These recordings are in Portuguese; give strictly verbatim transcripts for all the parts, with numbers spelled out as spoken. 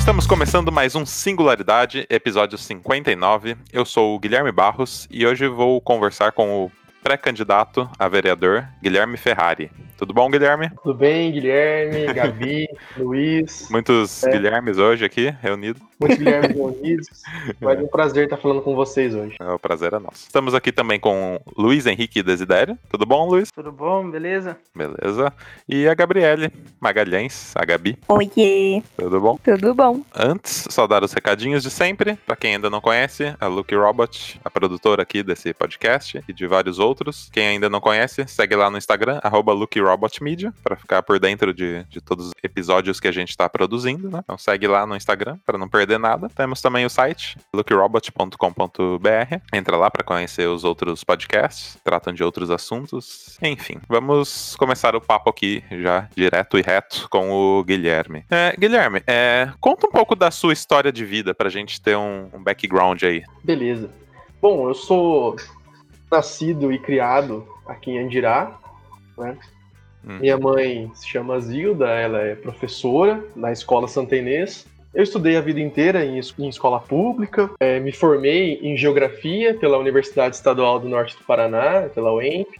Estamos começando mais um Singularidade, episódio cinquenta e nove. Eu sou o Guilherme Barros e hoje vou conversar com o pré-candidato a vereador, Guilherme Ferrari. Tudo bom, Guilherme? Tudo bem, Guilherme, Gabi, Luiz. Muitos é. Guilhermes hoje aqui, reunidos. Muitos Guilhermes reunidos. Mas é um prazer estar falando com vocês hoje. O prazer é nosso. Estamos aqui também com Luiz Henrique Desidério. Tudo bom, Luiz? Tudo bom, beleza? Beleza. E a Gabriele Magalhães, a Gabi. Oiê! Tudo bom? Tudo bom. Antes, só dar os recadinhos de sempre. Pra quem ainda não conhece, a Lucky Robot, a produtora aqui desse podcast e de vários outros. Quem ainda não conhece, segue lá no Instagram, arroba Lucky Robot Media, pra ficar por dentro de, de todos os episódios que a gente tá produzindo, né? Então segue lá no Instagram pra não perder nada. Temos também o site, lucky robot ponto com ponto b r. Entra lá pra conhecer os outros podcasts, tratam de outros assuntos. Enfim, vamos começar o papo aqui já direto e reto com o Guilherme. É, Guilherme, é, conta um pouco da sua história de vida pra gente ter um, um background aí. Beleza. Bom, eu sou nascido e criado aqui em Andirá, né? Hum. Minha mãe se chama Zilda, ela é professora na Escola Santa Inês. Eu estudei a vida inteira em, em escola pública, é, me formei em Geografia pela Universidade Estadual do Norte do Paraná, pela U E M P.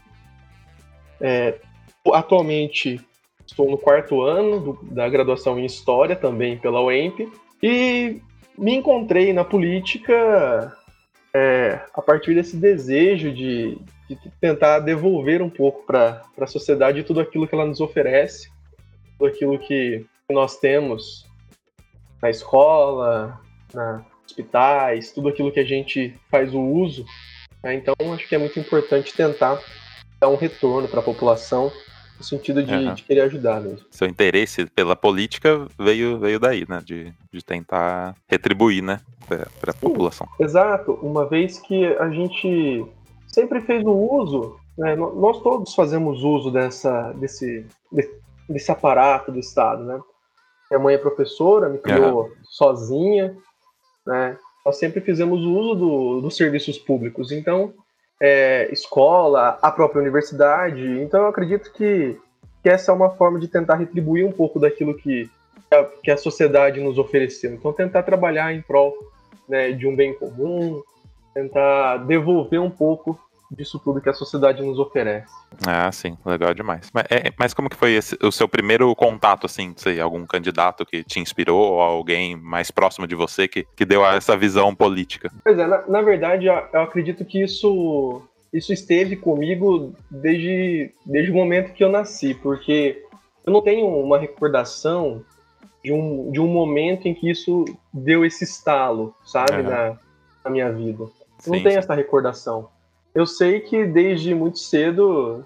É, atualmente estou no quarto ano do, da graduação em História, também pela U E M P. E me encontrei na política é, a partir desse desejo de, de tentar devolver um pouco para a sociedade tudo aquilo que ela nos oferece, tudo aquilo que nós temos na escola, nos hospitais, tudo aquilo que a gente faz o uso. Né? Então, acho que é muito importante tentar dar um retorno para a população, no sentido de, uhum. de querer ajudar mesmo. Seu interesse pela política veio, veio daí, né? De, de tentar retribuir, né? Para a população. Exato. Uma vez que a gente sempre fez o uso, né? Nós todos fazemos uso dessa, desse, desse aparato do Estado, né? Minha mãe é professora, me criou uhum. sozinha, né? Nós sempre fizemos uso do, dos serviços públicos. Então, é, escola, a própria universidade. Então, eu acredito que, que essa é uma forma de tentar retribuir um pouco daquilo que a, que a sociedade nos ofereceu. Então, tentar trabalhar em prol, né, de um bem comum, tentar devolver um pouco disso tudo que a sociedade nos oferece. Ah, sim, legal demais. Mas, é, mas como que foi esse, o seu primeiro contato, assim, sei, algum candidato que te inspirou, ou alguém mais próximo de você que, que deu essa visão política? Pois é, na, na verdade, eu, eu acredito que isso, isso esteve comigo desde, desde o momento que eu nasci, porque eu não tenho uma recordação de um, de um momento em que isso deu esse estalo, sabe, uhum. na, na minha vida. Eu não sim, tenho sim. essa recordação. Eu sei que desde muito cedo,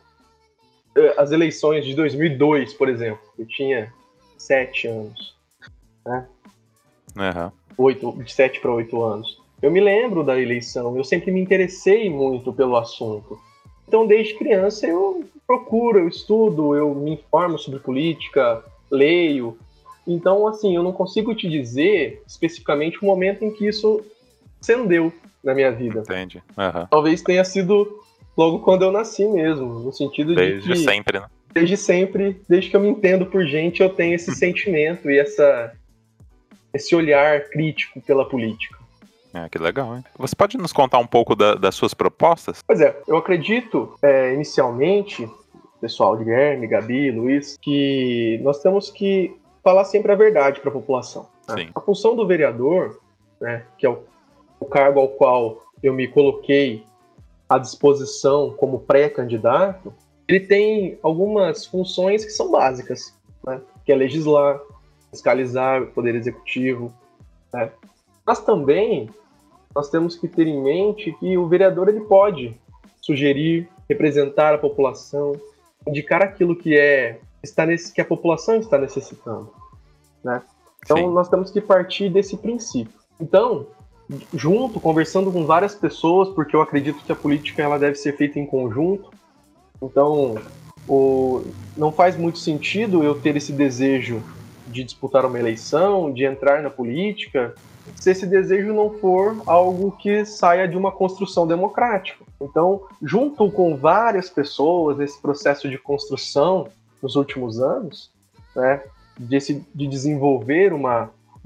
as eleições de dois mil e dois, por exemplo, eu tinha sete anos, né? Uhum. Oito, de sete para oito anos. Eu me lembro da eleição, eu sempre me interessei muito pelo assunto. Então, desde criança, eu procuro, eu estudo, eu me informo sobre política, leio. Então, assim, eu não consigo te dizer especificamente o momento em que isso acendeu na minha vida. Entendi. Uhum. Talvez tenha sido logo quando eu nasci mesmo, no sentido desde de que... Desde sempre, né? Desde sempre, desde que eu me entendo por gente, eu tenho esse sentimento e essa, esse olhar crítico pela política. É, que legal, hein? Você pode nos contar um pouco da, das suas propostas? Pois é, eu acredito, é, inicialmente, pessoal, Guilherme, Gabi, Luiz, que nós temos que falar sempre a verdade para a população. Né? Sim. A função do vereador, né, que é o o cargo ao qual eu me coloquei à disposição como pré-candidato, ele tem algumas funções que são básicas, né? Que é legislar, fiscalizar o poder executivo, né? Mas também nós temos que ter em mente que o vereador ele pode sugerir, representar a população, indicar aquilo que, é, está nesse, que a população está necessitando, né? Então Sim. nós temos que partir desse princípio. Então, junto, conversando com várias pessoas, porque eu acredito que a política ela deve ser feita em conjunto. Então, o, não faz muito sentido eu ter esse desejo de disputar uma eleição, de entrar na política, se esse desejo não for algo que saia de uma construção democrática. Então, junto com várias pessoas, nesse processo de construção nos últimos anos, né, de, de desenvolver uma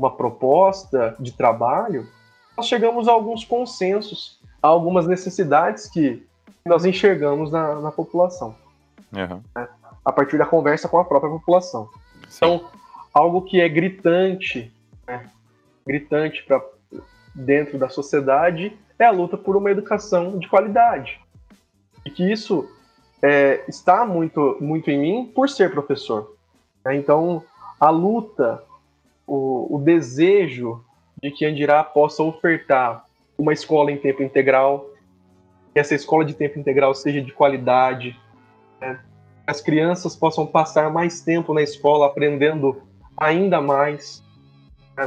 uma proposta de trabalho, nós chegamos a alguns consensos, a algumas necessidades que nós enxergamos na, na população, Uhum. né? A partir da conversa com a própria população. Sim. Então, algo que é gritante, né, gritante para dentro da sociedade é a luta por uma educação de qualidade. E que isso é, está muito, muito em mim por ser professor. Né? Então, a luta, o, o desejo de que Andirá possa ofertar uma escola em tempo integral, que essa escola de tempo integral seja de qualidade, né? Que as crianças possam passar mais tempo na escola aprendendo ainda mais, né?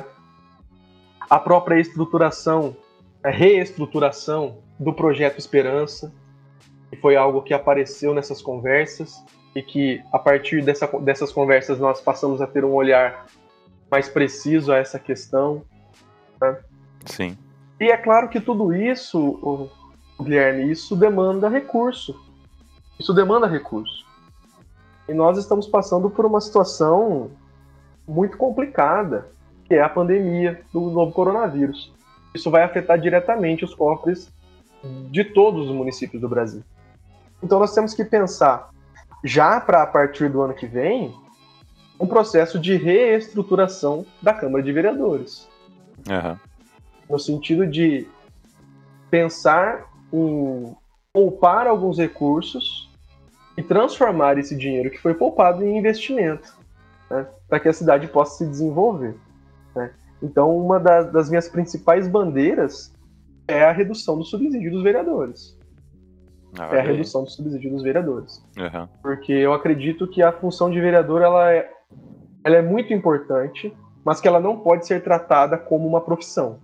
A própria estruturação, a reestruturação do projeto Esperança, que foi algo que apareceu nessas conversas e que, a partir dessa, dessas conversas, nós passamos a ter um olhar mais preciso a essa questão, né? Sim. E é claro que tudo isso, Guilherme, isso demanda recurso. Isso demanda recurso. E nós estamos passando por uma situação muito complicada, que é a pandemia do novo coronavírus. Isso vai afetar diretamente os cofres de todos os municípios do Brasil. Então nós temos que pensar, já para a partir do ano que vem, um processo de reestruturação da Câmara de Vereadores. Uhum. No sentido de pensar em poupar alguns recursos e transformar esse dinheiro que foi poupado em investimento, né, para que a cidade possa se desenvolver. Né? Então, uma das, das minhas principais bandeiras é a redução do subsídio dos vereadores. Ah, é a aí. redução do subsídio dos vereadores. Uhum. Porque eu acredito que a função de vereador ela é, ela é muito importante, mas que ela não pode ser tratada como uma profissão.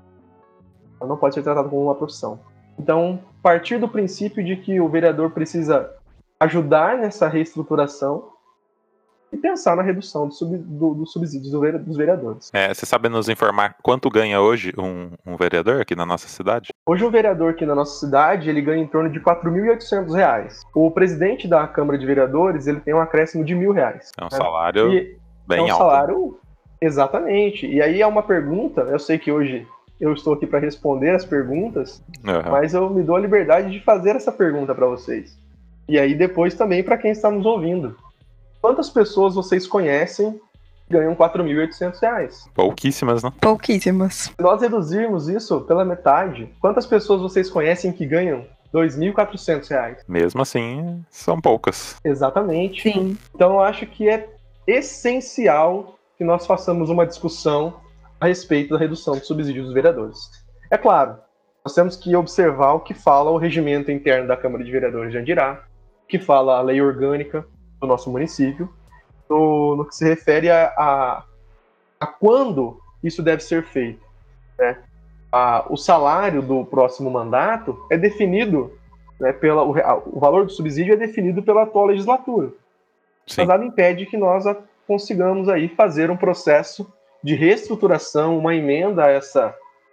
Ela não pode ser tratada como uma profissão. Então, partir do princípio de que o vereador precisa ajudar nessa reestruturação e pensar na redução do sub, do, dos subsídios do vere, dos vereadores. É, você sabe nos informar quanto ganha hoje um, um vereador aqui na nossa cidade? Hoje um vereador aqui na nossa cidade, ele ganha em torno de quatro mil e oitocentos reais. O presidente da Câmara de Vereadores, ele tem um acréscimo de mil reais. É um né? salário E bem é um alto. salário, exatamente. E aí é uma pergunta, eu sei que hoje eu estou aqui para responder as perguntas, Uhum. mas eu me dou a liberdade de fazer essa pergunta para vocês. E aí depois também para quem está nos ouvindo. Quantas pessoas vocês conhecem que ganham quatro mil e oitocentos reais? Pouquíssimas, né? Pouquíssimas. Se nós reduzirmos isso pela metade, quantas pessoas vocês conhecem que ganham dois mil e quatrocentos reais? Mesmo assim, são poucas. Exatamente. Sim. Então eu acho que é essencial que nós façamos uma discussão a respeito da redução do subsídio dos vereadores. É claro, nós temos que observar o que fala o regimento interno da Câmara de Vereadores de Andirá, o que fala a lei orgânica do nosso município, no, no que se refere a, a, a quando isso deve ser feito. Né? A, o salário do próximo mandato é definido, né, pela, o, a, o valor do subsídio é definido pela atual legislatura. Sim. Mas nada impede que nós a, consigamos aí fazer um processo de reestruturação, uma emenda a essa,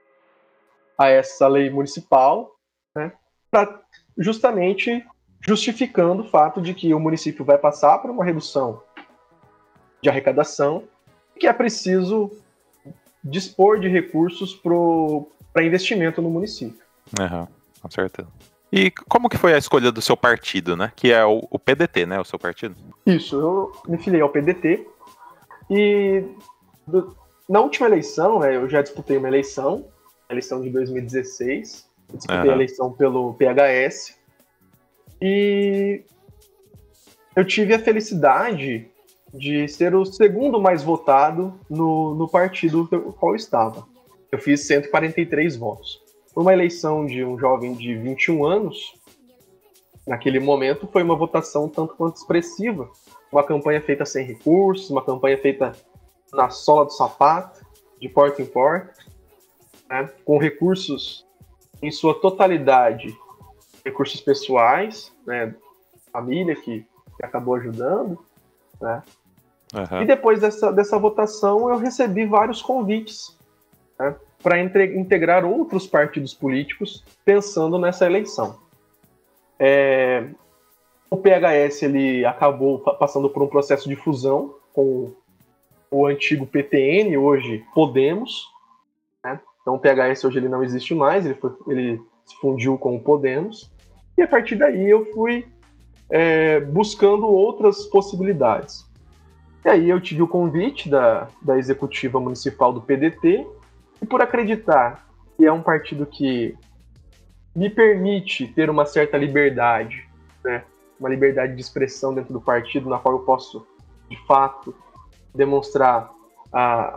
a essa lei municipal, né, para justamente justificando o fato de que o município vai passar por uma redução de arrecadação e que é preciso dispor de recursos para investimento no município. Uhum, com certeza. E como que foi a escolha do seu partido, né? Que é o, o P D T, né? O seu partido? Isso, eu me filiei ao P D T e do, na última eleição, né, eu já disputei uma eleição, a eleição de dois mil e dezesseis, eu disputei Uhum. a eleição pelo P H S e eu tive a felicidade de ser o segundo mais votado no, no partido no qual eu estava. Eu fiz cento e quarenta e três votos. Por uma eleição de um jovem de vinte e um anos, naquele momento foi uma votação tanto quanto expressiva. Uma campanha feita sem recursos, uma campanha feita na sola do sapato, de porta em porta, né, com recursos em sua totalidade, recursos pessoais, né, família que, que acabou ajudando, né. Uhum. E depois dessa, dessa votação eu recebi vários convites, né, para integrar outros partidos políticos pensando nessa eleição. É, o P H S ele acabou passando por um processo de fusão com, o antigo P T N, hoje Podemos, né? Então o P H S hoje ele não existe mais, ele, foi, ele se fundiu com o Podemos, e a partir daí eu fui é, buscando outras possibilidades. E aí eu tive o convite da, da executiva municipal do P D T, e por acreditar que é um partido que me permite ter uma certa liberdade, né? Uma liberdade de expressão dentro do partido, na qual eu posso, de fato, demonstrar, a,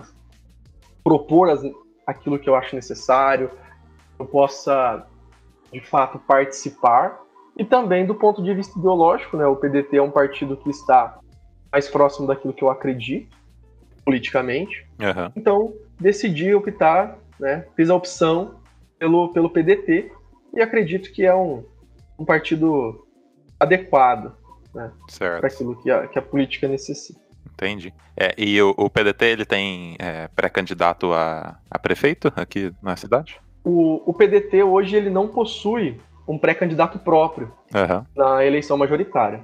propor as, aquilo que eu acho necessário, eu possa, de fato, participar. E também do ponto de vista ideológico, né? O P D T é um partido que está mais próximo daquilo que eu acredito, politicamente. Uhum. Então, decidi optar, né? Fiz a opção pelo, pelo P D T, e acredito que é um, um partido adequado, né, para aquilo que a, que a política necessita. Entendi. É, e o, o P D T ele tem é, pré-candidato a, a prefeito aqui na cidade? O, o P D T hoje ele não possui um pré-candidato próprio uhum. na eleição majoritária,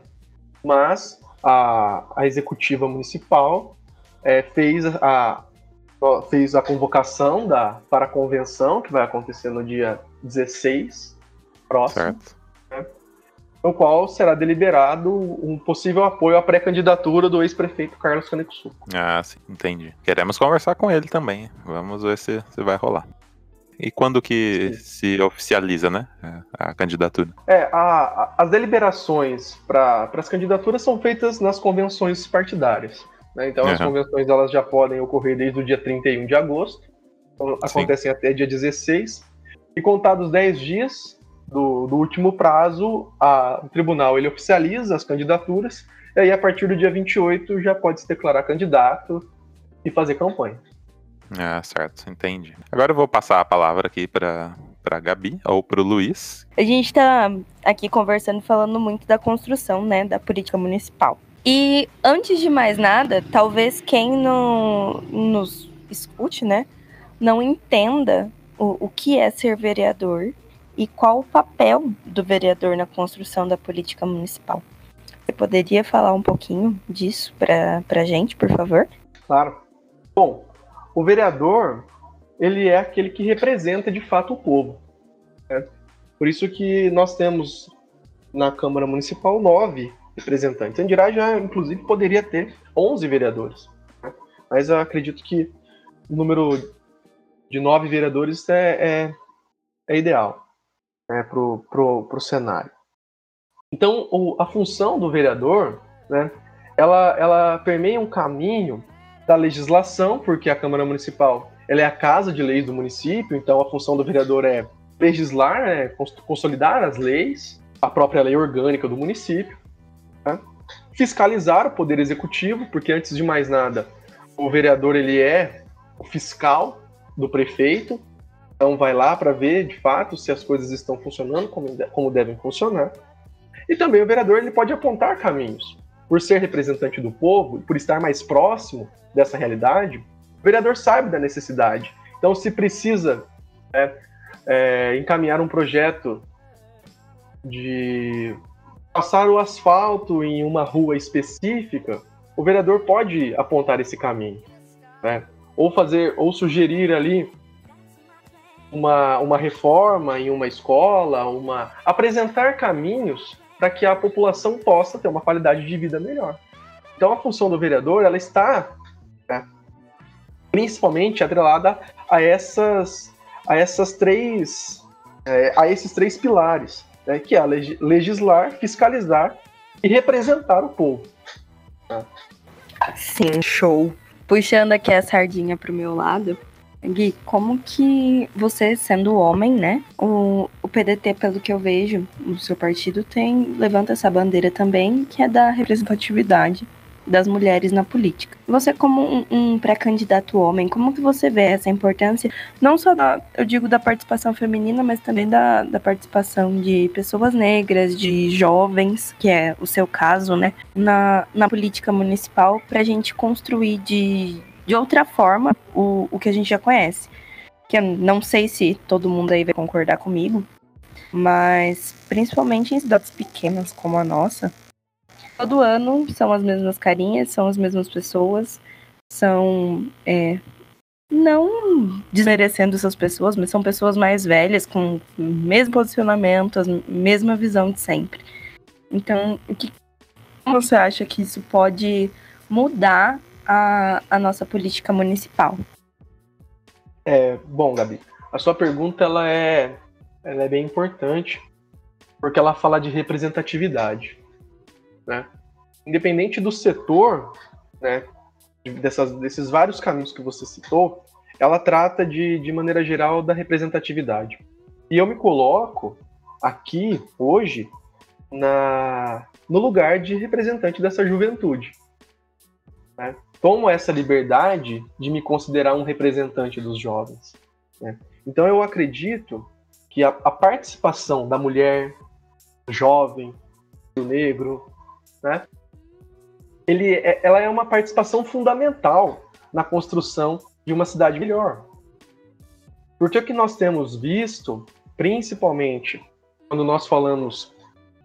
mas a, a executiva municipal é, fez a fez a convocação da, para a convenção, que vai acontecer no dia dezesseis, próximo, né, no qual será deliberado um possível apoio à pré-candidatura do ex-prefeito Carlos Caneco. Ah, sim, entendi. Queremos conversar com ele também. Vamos ver se, se vai rolar. E quando que sim. se oficializa, né, a candidatura? É, a, a, as deliberações para as candidaturas são feitas nas convenções partidárias. Né? Então, uhum. as convenções elas já podem ocorrer desde o dia trinta e um de agosto, então, acontecem até dia dezesseis, e contados dez dias do, do último prazo, a, o tribunal ele oficializa as candidaturas, e aí a partir do dia vinte e oito já pode se declarar candidato e fazer campanha. Ah, certo, entendi. Agora eu vou passar a palavra aqui para para Gabi ou para o Luiz. A gente está aqui conversando, falando muito da construção, né, da política municipal. E antes de mais nada, talvez quem não nos escute, né, não entenda o, o que é ser vereador e qual o papel do vereador na construção da política municipal. Você poderia falar um pouquinho disso para a gente, por favor? Claro. Bom, o vereador, ele é aquele que representa de fato o povo. Né? Por isso que nós temos na Câmara Municipal nove representantes. Andirá já, inclusive, poderia ter onze vereadores. Né? Mas eu acredito que o número de nove vereadores é, é, é ideal, né, para o pro, pro cenário. Então, o, a função do vereador, né, ela, ela permeia um caminho da legislação, porque a Câmara Municipal ela é a casa de leis do município, então a função do vereador é legislar, é consolidar as leis, a própria lei orgânica do município, né? Fiscalizar o poder executivo, porque antes de mais nada, o vereador ele é o fiscal do prefeito, então vai lá para ver de fato se as coisas estão funcionando como, como devem funcionar. E também o vereador ele pode apontar caminhos. Por ser representante do povo, por estar mais próximo dessa realidade, o vereador sabe da necessidade. Então, se precisa é, é, encaminhar um projeto de passar o asfalto em uma rua específica, o vereador pode apontar esse caminho, né? Ou fazer, ou sugerir ali uma, uma reforma em uma escola, uma apresentar caminhos para que a população possa ter uma qualidade de vida melhor. Então, a função do vereador ela está, né, principalmente atrelada a essas, a essas três, é, a esses três pilares, né, que é legislar, fiscalizar e representar o povo. Né? Sim, show. Puxando aqui a sardinha pro meu lado, Gui, como que você, sendo homem, né, o, o P D T, pelo que eu vejo, o seu partido tem, levanta essa bandeira também, que é da representatividade das mulheres na política. Você, como um, um pré-candidato homem, como que você vê essa importância, não só da, eu digo, da participação feminina, mas também da, da participação de pessoas negras, de jovens, que é o seu caso, né, na, na política municipal, pra gente construir de, de outra forma o, o que a gente já conhece. Que eu não sei se todo mundo aí vai concordar comigo, mas principalmente em cidades pequenas como a nossa, todo ano são as mesmas carinhas, são as mesmas pessoas, são, é, não desmerecendo essas pessoas, mas são pessoas mais velhas, com o mesmo posicionamento, a mesma visão de sempre. Então, o que você acha que isso pode mudar a, a nossa política municipal? É, bom, Gabi, a sua pergunta ela é, ela é bem importante, porque ela fala de representatividade, né? Independente do setor, né, dessas, desses vários caminhos que você citou, ela trata de, de maneira geral da representatividade. E eu me coloco aqui, hoje, na, no lugar de representante dessa juventude, né? Tomo essa liberdade de me considerar um representante dos jovens, né? Então eu acredito que a, a participação da mulher, do jovem, do negro, né, ele, ela é uma participação fundamental na construção de uma cidade melhor. Porque o que nós temos visto, principalmente quando nós falamos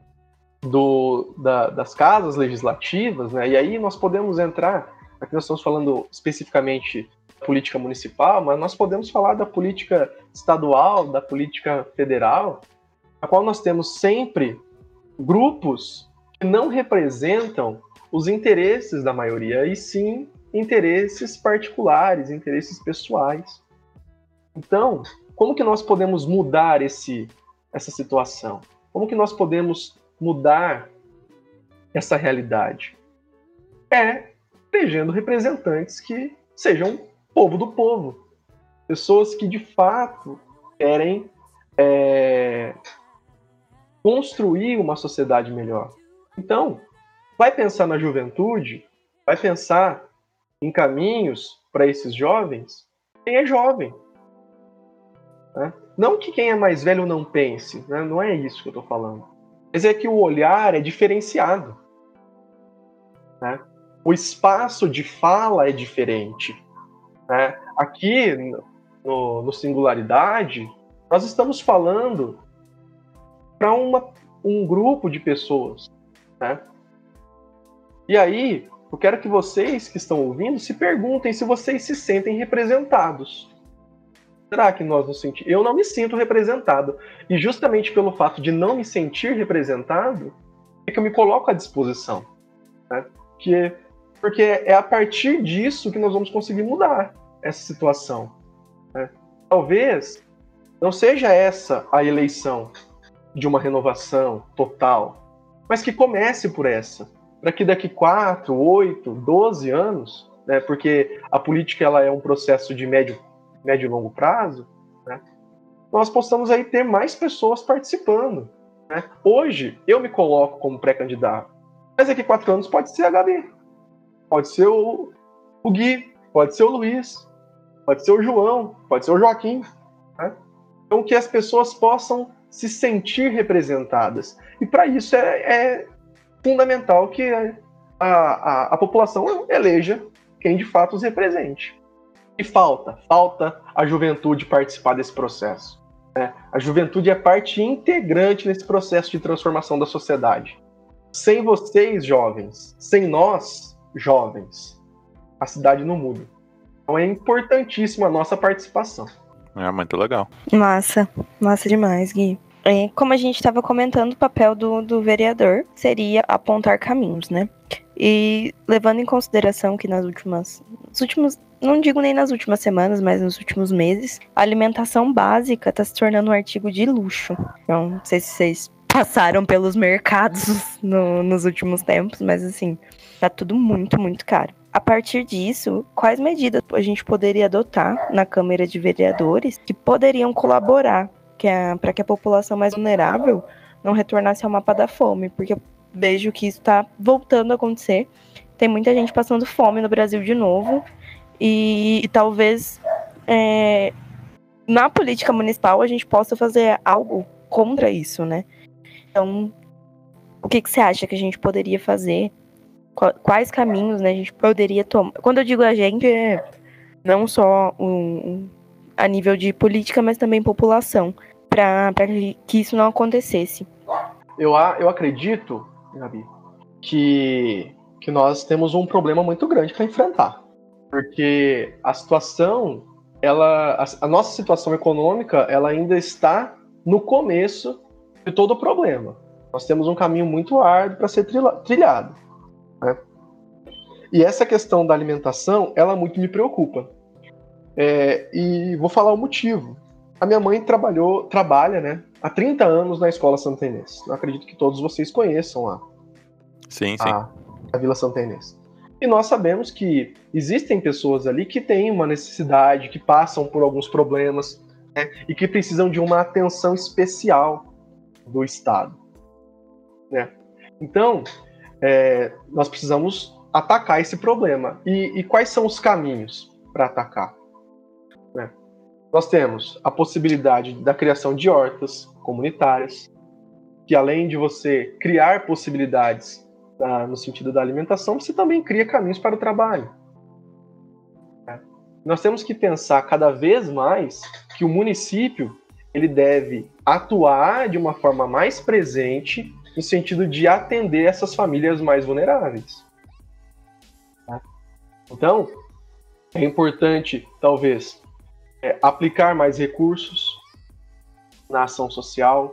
do, da, das casas legislativas, né, e aí nós podemos entrar, aqui nós estamos falando especificamente da política municipal, mas nós podemos falar da política estadual, da política federal, a qual nós temos sempre grupos que não representam os interesses da maioria, e sim interesses particulares, interesses pessoais. Então, como que nós podemos mudar esse, essa situação? Como que nós podemos mudar essa realidade? É elegendo representantes que sejam povo do povo. Pessoas que, de fato, querem é, construir uma sociedade melhor. Então, vai pensar na juventude, vai pensar em caminhos para esses jovens, quem é jovem. Né? Não que quem é mais velho não pense, né? Não é isso que eu estou falando. Mas é que o olhar é diferenciado. Né? O espaço de fala é diferente. Né? Aqui, no, no Singularidade, nós estamos falando para um grupo de pessoas. Né? E aí, eu quero que vocês que estão ouvindo se perguntem se vocês se sentem representados. Será que nós nos sentimos? Eu não me sinto representado. E justamente pelo fato de não me sentir representado, é que eu me coloco à disposição. Né? Que, porque é a partir disso que nós vamos conseguir mudar essa situação. Né? Talvez não seja essa a eleição de uma renovação total, mas que comece por essa. Para que daqui quatro, oito, doze anos, né, porque a política ela é um processo de médio, médio e longo prazo, né, nós possamos aí ter mais pessoas participando. Né? Hoje, eu me coloco como pré-candidato, mas daqui quatro anos pode ser a Gabi, pode ser o, o Gui, pode ser o Luiz, pode ser o João, pode ser o Joaquim. Né? Então, que as pessoas possam se sentir representadas. E para isso é, é fundamental que a, a, a população eleja quem de fato os represente. E falta, falta a juventude participar desse processo. Né? A juventude é parte integrante nesse processo de transformação da sociedade. Sem vocês, jovens, sem nós, jovens, a cidade não muda. Então é importantíssima a nossa participação. É muito legal. Massa, massa demais, Gui. É, como a gente estava comentando, o papel do, do vereador seria apontar caminhos, né? E levando em consideração que nas últimas, nos últimos, não digo nem nas últimas semanas, mas nos últimos meses, a alimentação básica está se tornando um artigo de luxo. Então, não sei se vocês passaram pelos mercados no, nos últimos tempos, mas assim, tá tudo muito, muito caro. A partir disso, quais medidas a gente poderia adotar na Câmara de Vereadores que poderiam colaborar para que a população mais vulnerável não retornasse ao mapa da fome? Porque eu vejo que isso está voltando a acontecer. Tem muita gente passando fome no Brasil de novo. E, e talvez é, na política municipal a gente possa fazer algo contra isso, né? Então, o que, que você acha que a gente poderia fazer? Quais caminhos, né, a gente poderia tomar? Quando eu digo a gente, é não só um, um, a nível de política, mas também população, para que isso não acontecesse. Eu, eu acredito, Gabi, que, que nós temos um problema muito grande para enfrentar. Porque a situação, ela, a, a nossa situação econômica, ela ainda está no começo de todo o problema. Nós temos um caminho muito árduo para ser trilhado, né? E essa questão da alimentação, ela muito me preocupa. É, e vou falar o motivo. A minha mãe trabalhou, trabalha, né, há trinta anos na Escola Santa Inês. Eu acredito que todos vocês conheçam a, Sim, sim. a, a Vila Santa Inês. E nós sabemos que existem pessoas ali que têm uma necessidade, que passam por alguns problemas, né, e que precisam de uma atenção especial do Estado, né? Então, é, nós precisamos atacar esse problema. E, e quais são os caminhos para atacar? Né? Nós temos a possibilidade da criação de hortas comunitárias, que além de você criar possibilidades da, no sentido da alimentação, você também cria caminhos para o trabalho. Né? Nós temos que pensar cada vez mais que o município ele deve atuar de uma forma mais presente no sentido de atender essas famílias mais vulneráveis. Tá? Então, é importante, talvez, é, aplicar mais recursos na ação social,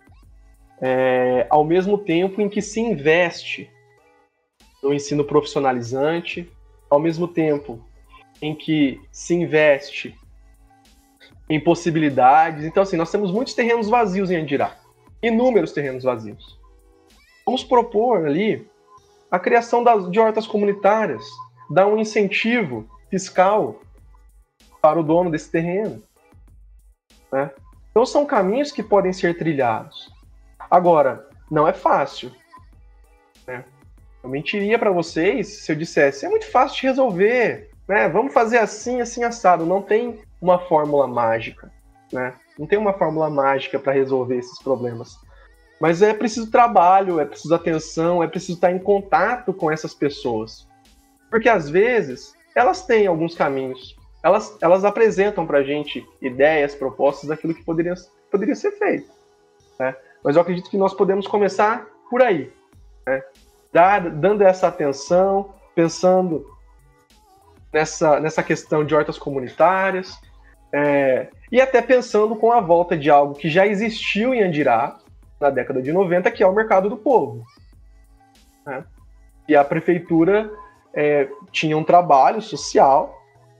é, ao mesmo tempo em que se investe no ensino profissionalizante, ao mesmo tempo em que se investe em possibilidades. Então, assim, nós temos muitos terrenos vazios em Andirá, inúmeros terrenos vazios. Vamos propor ali a criação das, de hortas comunitárias, dar um incentivo fiscal para o dono desse terreno, né? Então são caminhos que podem ser trilhados. Agora, não é fácil, né? Eu mentiria para vocês se eu dissesse, é muito fácil de resolver, né? Vamos fazer assim, assim, assado. Não tem uma fórmula mágica, né? Não tem uma fórmula mágica para resolver esses problemas. Mas é preciso trabalho, é preciso atenção, é preciso estar em contato com essas pessoas. Porque às vezes elas têm alguns caminhos. Elas, elas apresentam para a gente ideias, propostas daquilo que poderia, poderia ser feito, né? Mas eu acredito que nós podemos começar por aí, né? Dar, dando essa atenção, pensando nessa, nessa questão de hortas comunitárias, é, e até pensando com a volta de algo que já existiu em Andirá, na década de noventa, que é o Mercado do Povo, né? E a prefeitura é, tinha um trabalho social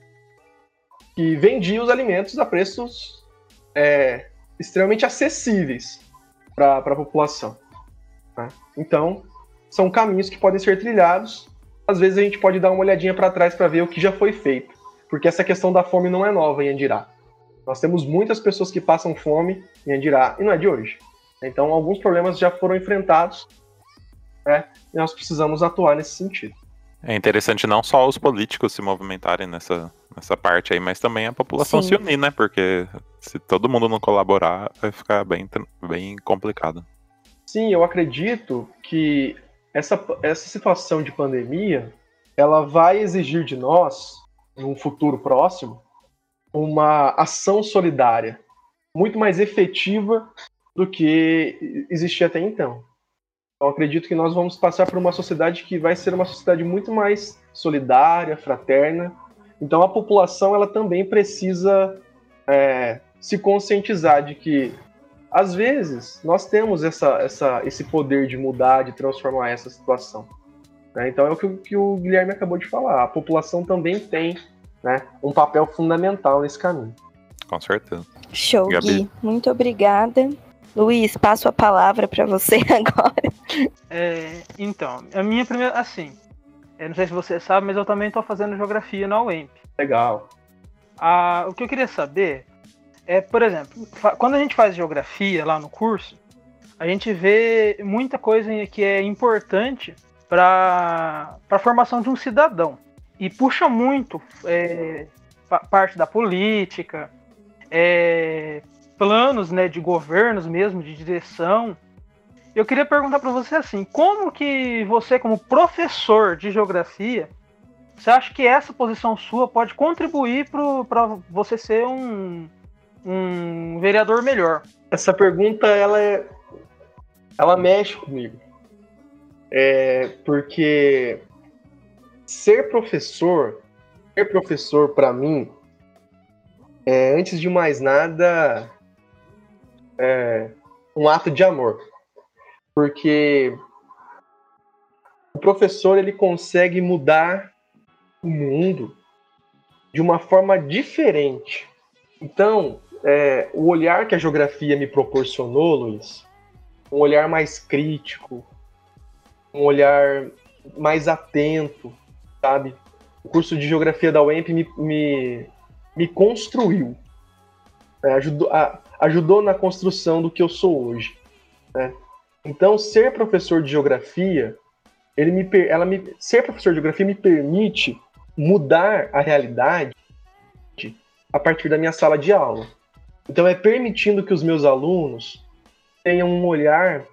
que vendia os alimentos a preços é, extremamente acessíveis para a população, né? Então, são caminhos que podem ser trilhados. Às vezes a gente pode dar uma olhadinha para trás para ver o que já foi feito, porque essa questão da fome não é nova em Andirá. Nós temos muitas pessoas que passam fome em Andirá e não é de hoje. Então, alguns problemas já foram enfrentados, né, e nós precisamos atuar nesse sentido. É interessante não só os políticos se movimentarem nessa, nessa parte aí, mas também a população Sim. se unir, né? Porque se todo mundo não colaborar, vai ficar bem, bem complicado. Sim, eu acredito que essa, essa situação de pandemia, ela vai exigir de nós, num futuro próximo, uma ação solidária muito mais efetiva do que existia até então. Eu acredito que nós vamos passar por uma sociedade que vai ser uma sociedade muito mais solidária, fraterna. Então a população ela também precisa é, se conscientizar de que, às vezes, nós temos essa, essa, esse poder de mudar, de transformar essa situação, né? Então é o que, que o Guilherme acabou de falar. A população também tem, né, um papel fundamental nesse caminho. Com certeza. Show, Gabi. Gui. Muito obrigada. Luiz, passo a palavra para você agora. É, então, a minha primeira, assim, eu não sei se você sabe, mas eu também estou fazendo geografia na U E M P. Legal. Ah, o que eu queria saber é, por exemplo, quando a gente faz geografia lá no curso, a gente vê muita coisa que é importante para a formação de um cidadão. E puxa muito é, parte da política, é, planos, né, de governos mesmo, de direção. Eu queria perguntar para você assim, como que você, como professor de geografia, você acha que essa posição sua pode contribuir para você ser um, um vereador melhor? Essa pergunta, ela, é, ela mexe comigo. É, porque ser professor ser professor, para mim, é, antes de mais nada, é um ato de amor. Porque o professor, ele consegue mudar o mundo de uma forma diferente. Então, é, o olhar que a geografia me proporcionou, Luiz, um olhar mais crítico, um olhar mais atento, sabe? O curso de geografia da U E M P me, me, me construiu, né? ajudou, a, ajudou na construção do que eu sou hoje, né? Então, ser professor de geografia, ele me, ela me, ser professor de geografia me permite mudar a realidade a partir da minha sala de aula. Então, é permitindo que os meus alunos tenham um olhar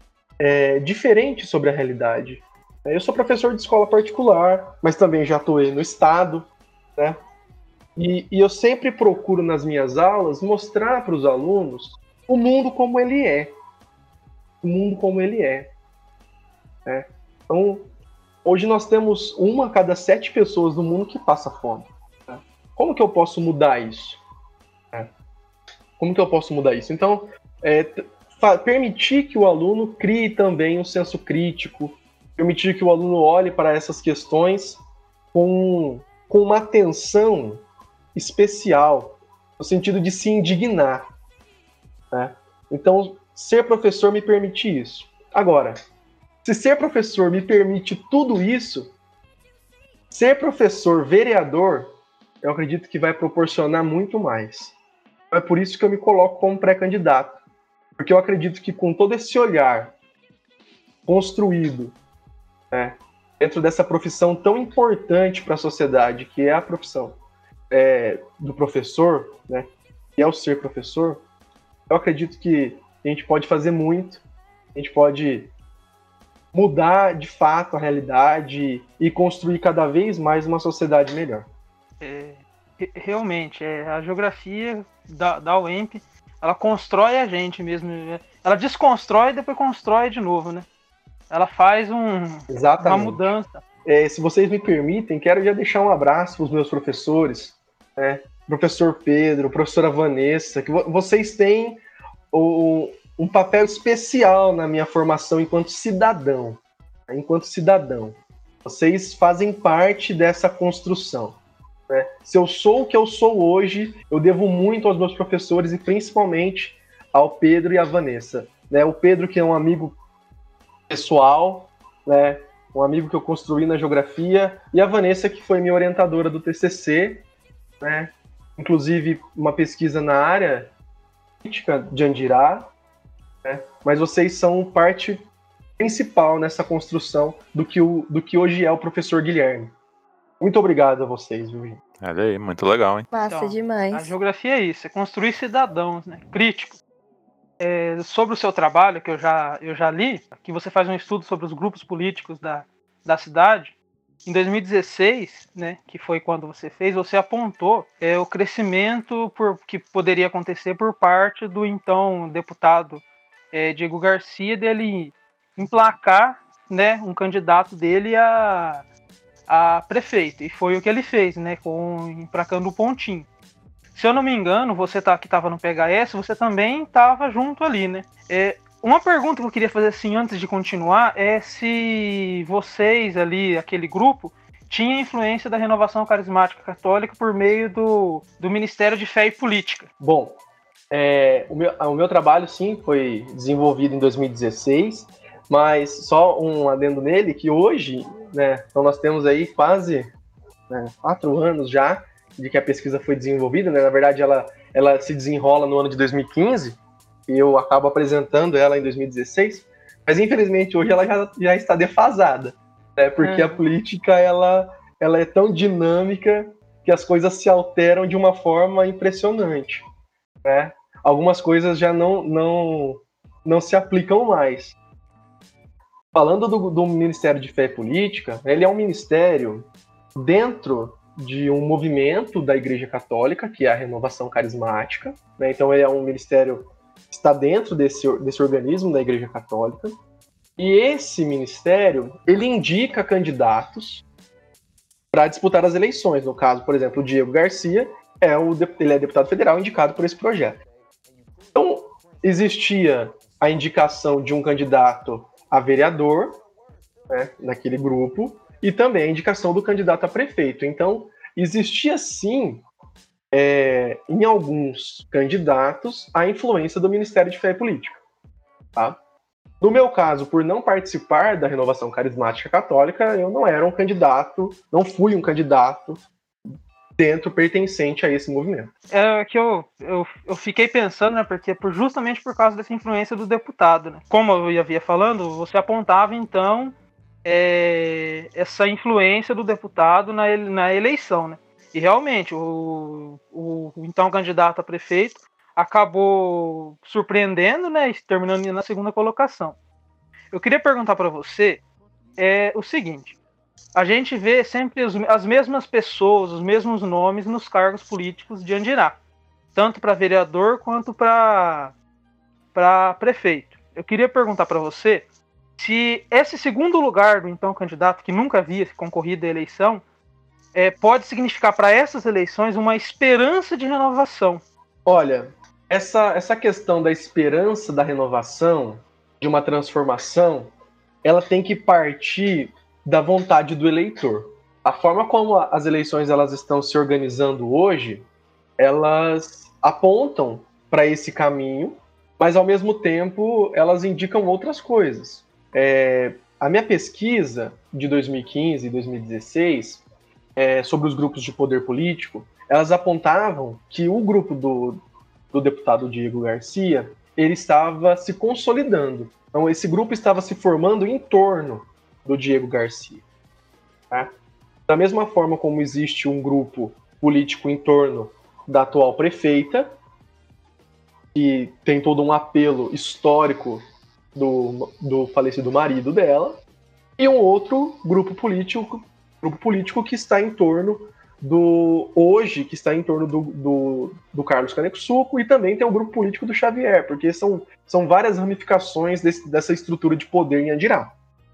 é, diferente sobre a realidade. Eu sou professor de escola particular, mas também já atuei no estado, né? E, e eu sempre procuro nas minhas aulas mostrar para os alunos o mundo como ele é. O mundo como ele é. Né? Então, hoje nós temos uma a cada sete pessoas no mundo que passa fome. Né? Como que eu posso mudar isso? Né? Como que eu posso mudar isso? Então, é, permitir que o aluno crie também um senso crítico, permitir que o aluno olhe para essas questões com, com uma atenção especial, no sentido de se indignar. Né? Então, ser professor me permite isso. Agora, se ser professor me permite tudo isso, ser professor vereador, eu acredito que vai proporcionar muito mais. É por isso que eu me coloco como pré-candidato. Porque eu acredito que com todo esse olhar construído, né, dentro dessa profissão tão importante para a sociedade, que é a profissão é, do professor, né, que é o ser professor, eu acredito que a gente pode fazer muito, a gente pode mudar de fato a realidade e construir cada vez mais uma sociedade melhor. É, realmente, é, a geografia da, da U E M P, ela constrói a gente mesmo. Ela desconstrói e depois constrói de novo, né? Ela faz um, uma mudança. É, se vocês me permitem, quero já deixar um abraço para os meus professores, né? Professor Pedro, professora Vanessa, que vocês têm o, um papel especial na minha formação enquanto cidadão. Né? Enquanto cidadão. Vocês fazem parte dessa construção. Né? Se eu sou o que eu sou hoje, eu devo muito aos meus professores e principalmente ao Pedro e à Vanessa. Né? O Pedro, que é um amigo pessoal, né? Um amigo que eu construí na geografia, e a Vanessa, que foi minha orientadora do T C C, né? Inclusive uma pesquisa na área política de Andirá, né? Mas vocês são parte principal nessa construção do que, o, do que hoje é o professor Guilherme. Muito obrigado a vocês, viu, gente? Olha aí, muito legal, hein? Massa Então, demais. A geografia é isso, é construir cidadãos, né? Críticos. É, sobre o seu trabalho, que eu já, eu já li, que você faz um estudo sobre os grupos políticos da, da cidade. Em dois mil e dezesseis, né, que foi quando você fez, você apontou é, o crescimento por, que poderia acontecer por parte do então deputado é, Diego Garcia, dele emplacar, né, um candidato dele a, a prefeito. E foi o que ele fez, né, com, emplacando o pontinho. Se eu não me engano, você tá, que estava no P H S, você também estava junto ali, né? É, uma pergunta que eu queria fazer assim antes de continuar é se vocês ali, aquele grupo, tinha influência da Renovação Carismática Católica por meio do, do Ministério de Fé e Política. Bom, é, o, meu, o meu trabalho, sim, foi desenvolvido em dois mil e dezesseis, mas só um adendo nele, que hoje, né, então nós temos aí quase né, quatro anos já, de que a pesquisa foi desenvolvida, né? Na verdade, ela, ela se desenrola no ano de dois mil e quinze, e eu acabo apresentando ela em dois mil e dezesseis, mas infelizmente hoje ela já, já está defasada, né? Porque é. a política ela, ela é tão dinâmica que as coisas se alteram de uma forma impressionante, né? Algumas coisas já não, não, não se aplicam mais. Falando do, do Ministério de Fé e Política, ele é um ministério dentro de um movimento da Igreja Católica, que é a Renovação Carismática, né? Então ele é um ministério que está dentro desse, desse organismo da Igreja Católica, e esse ministério, ele indica candidatos para disputar as eleições. No caso, por exemplo, o Diego Garcia, é o, ele é deputado federal indicado por esse projeto. Então, existia a indicação de um candidato a vereador, né, naquele grupo, e também a indicação do candidato a prefeito. Então, existia sim, é, em alguns candidatos, a influência do Ministério de Fé e Política. Tá? No meu caso, por não participar da Renovação Carismática Católica, eu não era um candidato, não fui um candidato dentro pertencente a esse movimento. É que eu, eu, eu fiquei pensando, né, porque por, justamente por causa dessa influência do deputado, né? Como eu havia falando, você apontava então é, essa influência do deputado na, ele, na eleição, né? E realmente o, o, o então candidato a prefeito acabou surpreendendo, né, terminando na segunda colocação. Eu queria perguntar para você é, o seguinte: a gente vê sempre as, as mesmas pessoas, os mesmos nomes nos cargos políticos de Andirá, tanto para vereador quanto para para prefeito. Eu queria perguntar para você se esse segundo lugar do então candidato, que nunca havia concorrido à eleição, é, pode significar para essas eleições uma esperança de renovação. Olha, essa, essa questão da esperança da renovação, de uma transformação, ela tem que partir da vontade do eleitor. A forma como as eleições elas estão se organizando hoje, elas apontam para esse caminho, mas ao mesmo tempo elas indicam outras coisas. É, a minha pesquisa de dois mil e quinze e dois mil e dezesseis é, sobre os grupos de poder político, elas apontavam que o grupo do, do deputado Diego Garcia, ele estava se consolidando. Então esse grupo estava se formando em torno do Diego Garcia. Tá? Da mesma forma como existe um grupo político em torno da atual prefeita, que tem todo um apelo histórico do, do falecido marido dela, e um outro grupo político, grupo político que está em torno do hoje, que está em torno do, do, do Carlos Caneco Succo, e também tem o grupo político do Xavier, porque são, são várias ramificações desse, dessa estrutura de poder em Andirá.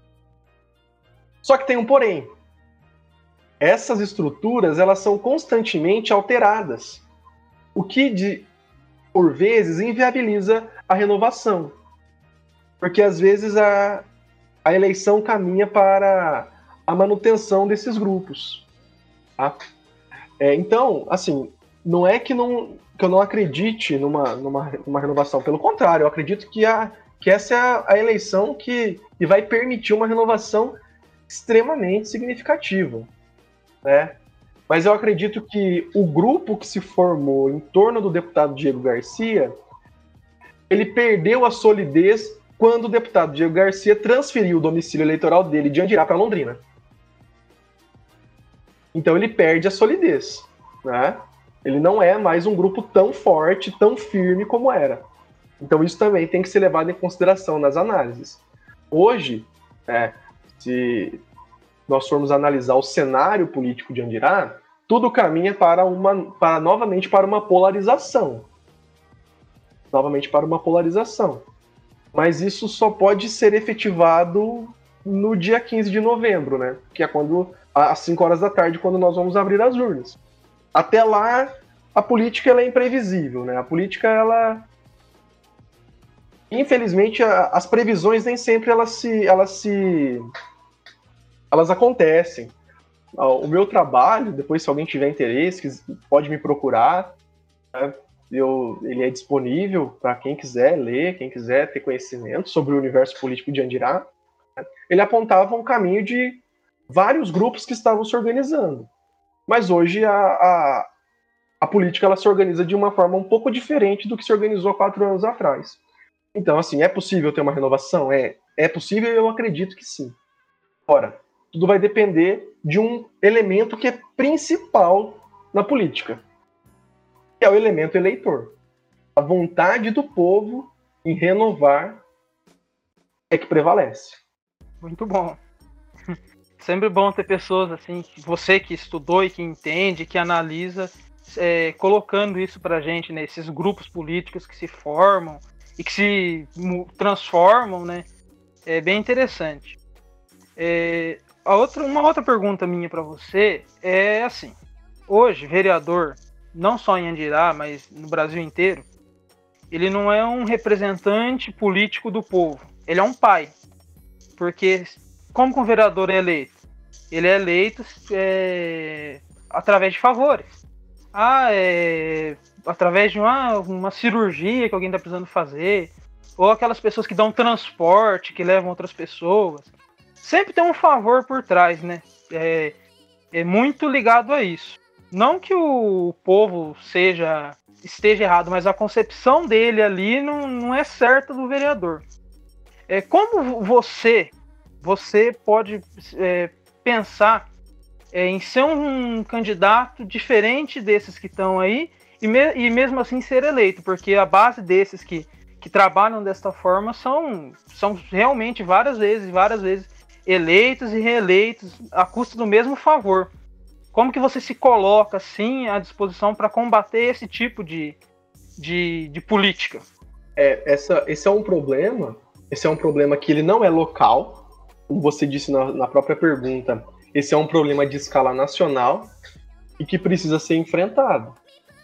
Só que tem um porém. Essas estruturas elas são constantemente alteradas, o que, de, por vezes, inviabiliza a renovação. Porque, às vezes, a, a eleição caminha para a manutenção desses grupos. Tá? É, então, assim, não é que, não, que eu não acredite numa, numa, numa renovação. Pelo contrário, eu acredito que, a, que essa é a, a eleição que, que vai permitir uma renovação extremamente significativa, né? Mas eu acredito que o grupo que se formou em torno do deputado Diego Garcia, ele perdeu a solidez quando o deputado Diego Garcia transferiu o domicílio eleitoral dele de Andirá para Londrina. Então ele perde a solidez, né? Ele não é mais um grupo tão forte, tão firme como era. Então isso também tem que ser levado em consideração nas análises. Hoje, é, se nós formos analisar o cenário político de Andirá, tudo caminha para uma, para, novamente para uma polarização. Novamente para uma polarização. Mas isso só pode ser efetivado no dia quinze de novembro, né? Que é quando, às cinco horas da tarde, quando nós vamos abrir as urnas. Até lá, a política ela é imprevisível, né? A política, ela... Infelizmente, as previsões nem sempre elas se... Elas se elas acontecem. O meu trabalho, depois se alguém tiver interesse, pode me procurar. Né? Eu, ele é disponível para quem quiser ler, quem quiser ter conhecimento sobre o universo político de Andirá. Ele apontava um caminho de vários grupos que estavam se organizando. Mas hoje a, a, a política ela se organiza de uma forma um pouco diferente do que se organizou há quatro anos atrás. Então, assim, é possível ter uma renovação? É, é possível e eu acredito que sim. Ora, tudo vai depender de um elemento que é principal na política, que é o elemento eleitor. A vontade do povo em renovar é que prevalece. Muito bom. Sempre bom ter pessoas assim, você que estudou e que entende, que analisa, é, colocando isso pra gente, né, esses grupos políticos que se formam e que se transformam, né? É bem interessante. É, a outra, uma outra pergunta minha para você é assim: hoje, vereador, não só em Andirá, mas no Brasil inteiro, ele não é um representante político do povo, ele é um pai. Porque como que um vereador é eleito? Ele é eleito é, através de favores. Ah, é, através de uma, uma cirurgia que alguém está precisando fazer, ou aquelas pessoas que dão transporte, que levam outras pessoas. Sempre tem um favor por trás, né? É, é muito ligado a isso. Não que o povo seja, esteja errado, mas a concepção dele ali não, não é certa do vereador. É, como você, você pode é, pensar é, em ser um candidato diferente desses que estão aí e, me, e mesmo assim ser eleito? Porque a base desses que, que trabalham desta forma são, são realmente várias vezes, várias vezes eleitos e reeleitos a custo do mesmo favor. Como que você se coloca assim à disposição para combater esse tipo de, de, de política? É, essa, esse é um problema, esse é um problema que ele não é local, como você disse na, na própria pergunta, esse é um problema de escala nacional e que precisa ser enfrentado.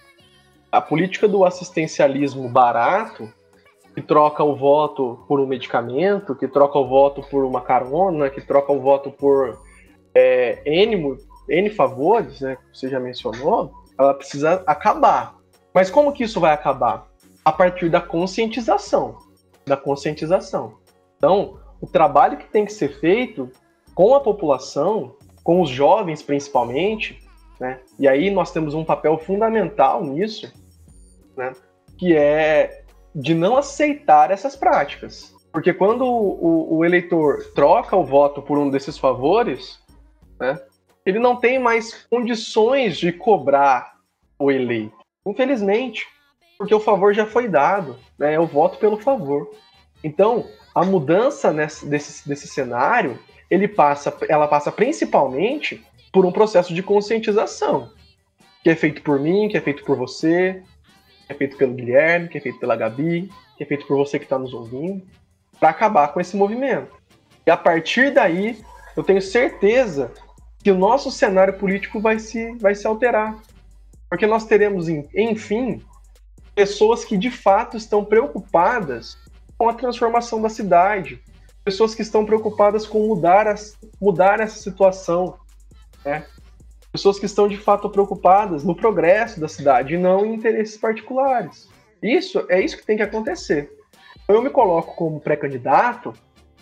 A política do assistencialismo barato, que troca o voto por um medicamento, que troca o voto por uma carona, que troca o voto por é, N, N favores, né, que você já mencionou, ela precisa acabar. Mas como que isso vai acabar? A partir da conscientização. Da conscientização. Então, o trabalho que tem que ser feito com a população, com os jovens principalmente, né, e aí nós temos um papel fundamental nisso, né, que é de não aceitar essas práticas. Porque quando o, o, o eleitor troca o voto por um desses favores, né, ele não tem mais condições de cobrar o eleito. Infelizmente, porque o favor já foi dado, né, é o voto pelo favor. Então, a mudança nesse, desse, desse cenário, ele passa, ela passa principalmente por um processo de conscientização, que é feito por mim, que é feito por você, que é feito pelo Guilherme, que é feito pela Gabi, que é feito por você que está nos ouvindo, para acabar com esse movimento. E a partir daí, eu tenho certeza que o nosso cenário político vai se, vai se alterar. Porque nós teremos, enfim, pessoas que de fato estão preocupadas com a transformação da cidade, pessoas que estão preocupadas com mudar, as, mudar essa situação, né? Pessoas que estão de fato preocupadas no progresso da cidade e não em interesses particulares. Isso é isso que tem que acontecer. Eu me coloco como pré-candidato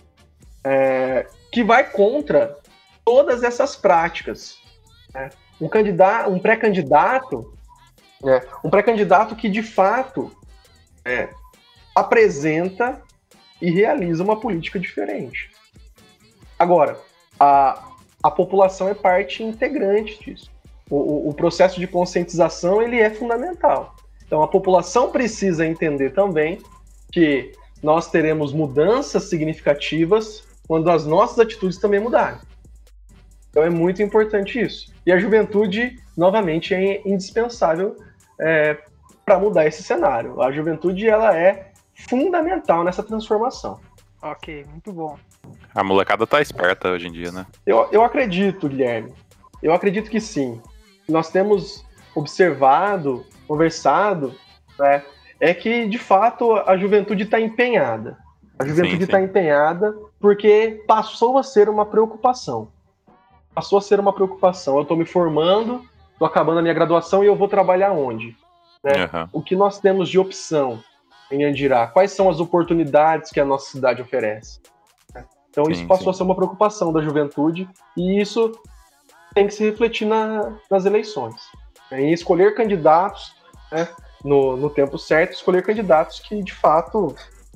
é, que vai contra todas essas práticas. Né? Um, candidato, um pré-candidato, é, um pré-candidato que de fato é, apresenta e realiza uma política diferente. Agora, a A população é parte integrante disso. O, o, o processo de conscientização ele é fundamental. Então, a população precisa entender também que nós teremos mudanças significativas quando as nossas atitudes também mudarem. Então, é muito importante isso. E a juventude, novamente, é indispensável é, para mudar esse cenário. A juventude ela é fundamental nessa transformação. Ok, muito bom. A molecada tá esperta hoje em dia, né? Eu, eu acredito, Guilherme. Eu acredito que sim. Nós temos observado, conversado, né, é que, de fato, a juventude está empenhada. A juventude está empenhada porque passou a ser uma preocupação. Passou a ser uma preocupação. Eu estou me formando, estou acabando a minha graduação e eu vou trabalhar onde? Né? Uhum. O que nós temos de opção em Andirá? Quais são as oportunidades que a nossa cidade oferece? Então sim, isso passou sim. a ser uma preocupação da juventude e isso tem que se refletir na, nas eleições. Né? Em escolher candidatos, né, no, no tempo certo, escolher candidatos que de fato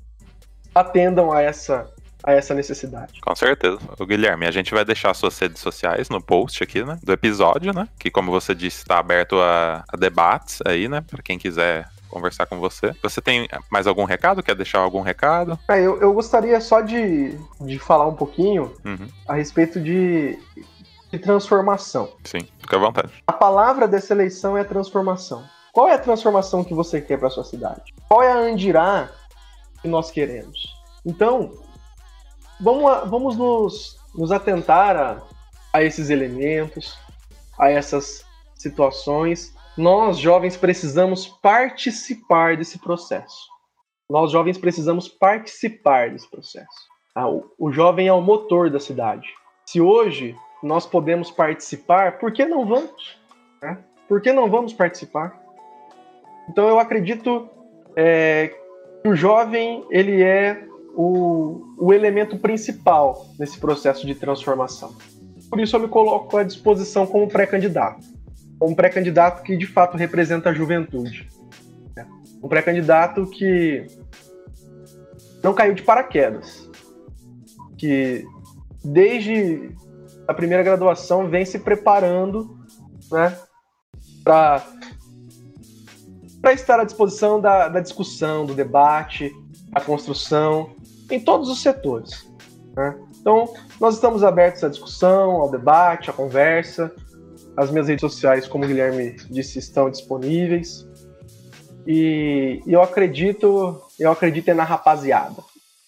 atendam a essa, a essa necessidade. Com certeza. O Guilherme, a gente vai deixar suas redes sociais no post aqui, né, do episódio, né, que como você disse, está aberto a, a debates aí, né, para quem quiser conversar com você. Você tem mais algum recado? Quer deixar algum recado? É, eu, eu gostaria só de, de falar um pouquinho uhum. a respeito de, de transformação. Sim, fica à vontade. A palavra dessa eleição é transformação. Qual é a transformação que você quer para sua cidade? Qual é a Andirá que nós queremos? Então, vamos, vamos nos, nos atentar a, a esses elementos, a essas situações. Nós, jovens, precisamos participar desse processo. Nós, jovens, precisamos participar desse processo. Ah, o, o jovem é o motor da cidade. Se hoje nós podemos participar, por que não vamos? Né? Por que não vamos participar? Então eu acredito é, que o jovem ele é o, o elemento principal nesse processo de transformação. Por isso eu me coloco à disposição como pré-candidato. Um pré-candidato que de fato representa a juventude. Né? Um pré-candidato que não caiu de paraquedas. Que desde a primeira graduação vem se preparando, né, para para estar à disposição da, da discussão, do debate, da construção, em todos os setores. Né? Então, nós estamos abertos à discussão, ao debate, à conversa. As minhas redes sociais, como o Guilherme disse, estão disponíveis. E, e eu acredito, eu acredito é na rapaziada.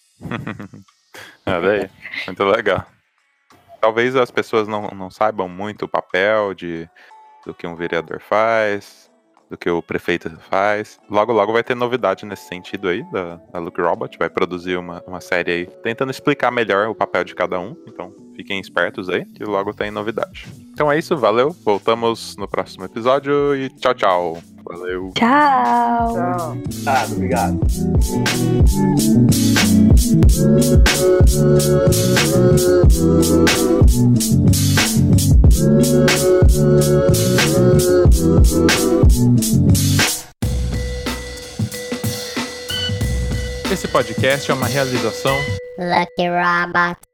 Olha aí, muito legal. Talvez as pessoas não, não saibam muito o papel de, do que um vereador faz, do que o prefeito faz. Logo, logo vai ter novidade nesse sentido aí, da, da Lucky Robot. Vai produzir uma, uma série aí, tentando explicar melhor o papel de cada um. Então, fiquem espertos aí, que logo tem novidade. Então é isso, valeu. Voltamos no próximo episódio e tchau, tchau. Valeu. Tchau. Tchau. Ah, obrigado. Esse podcast é uma realização Lucky Robot.